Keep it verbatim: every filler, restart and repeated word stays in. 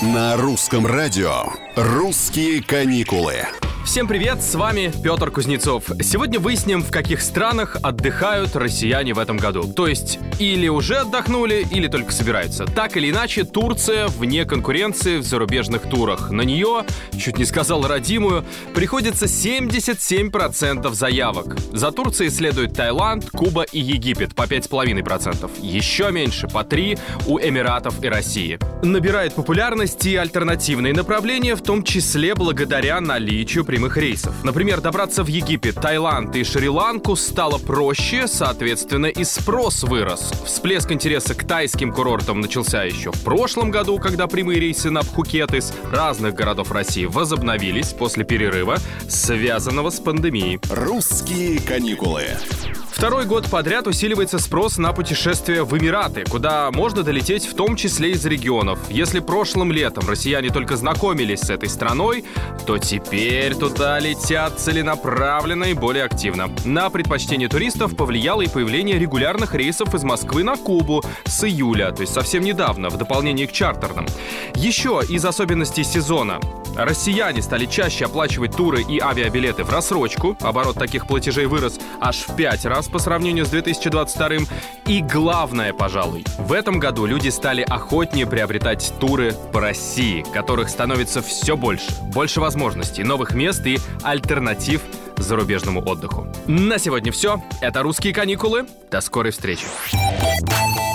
На русском радио «Русские каникулы». Всем привет, с вами Петр Кузнецов. Сегодня выясним, в каких странах отдыхают россияне в этом году. То есть, или уже отдохнули, или только собираются. Так или иначе, Турция вне конкуренции в зарубежных турах. На нее, чуть не сказал родимую, приходится семьдесят семь процентов заявок. За Турцией следует Таиланд, Куба и Египет по пять целых пять десятых процента. Еще меньше, по три у Эмиратов и России. Набирает популярность и альтернативные направления, в том числе благодаря наличию прямых рейсов. Например, добраться в Египет, Таиланд и Шри-Ланку стало проще, соответственно, и спрос вырос. Всплеск интереса к тайским курортам начался еще в прошлом году, когда прямые рейсы на Пхукет из разных городов России возобновились после перерыва, связанного с пандемией. «Русские каникулы». Второй год подряд усиливается спрос на путешествия в Эмираты, куда можно долететь в том числе из регионов. Если прошлым летом россияне только знакомились с этой страной, то теперь туда летят целенаправленно и более активно. На предпочтение туристов повлияло и появление регулярных рейсов из Москвы на Кубу с июля, то есть совсем недавно, в дополнение к чартерным. Еще из особенностей сезона. Россияне стали чаще оплачивать туры и авиабилеты в рассрочку. Оборот таких платежей вырос аж в пять раз по сравнению с две тысячи двадцать вторым. И главное, пожалуй, в этом году люди стали охотнее приобретать туры по России, которых становится все больше. Больше возможностей, новых мест и альтернатив зарубежному отдыху. На сегодня все. Это «Русские каникулы». До скорой встречи.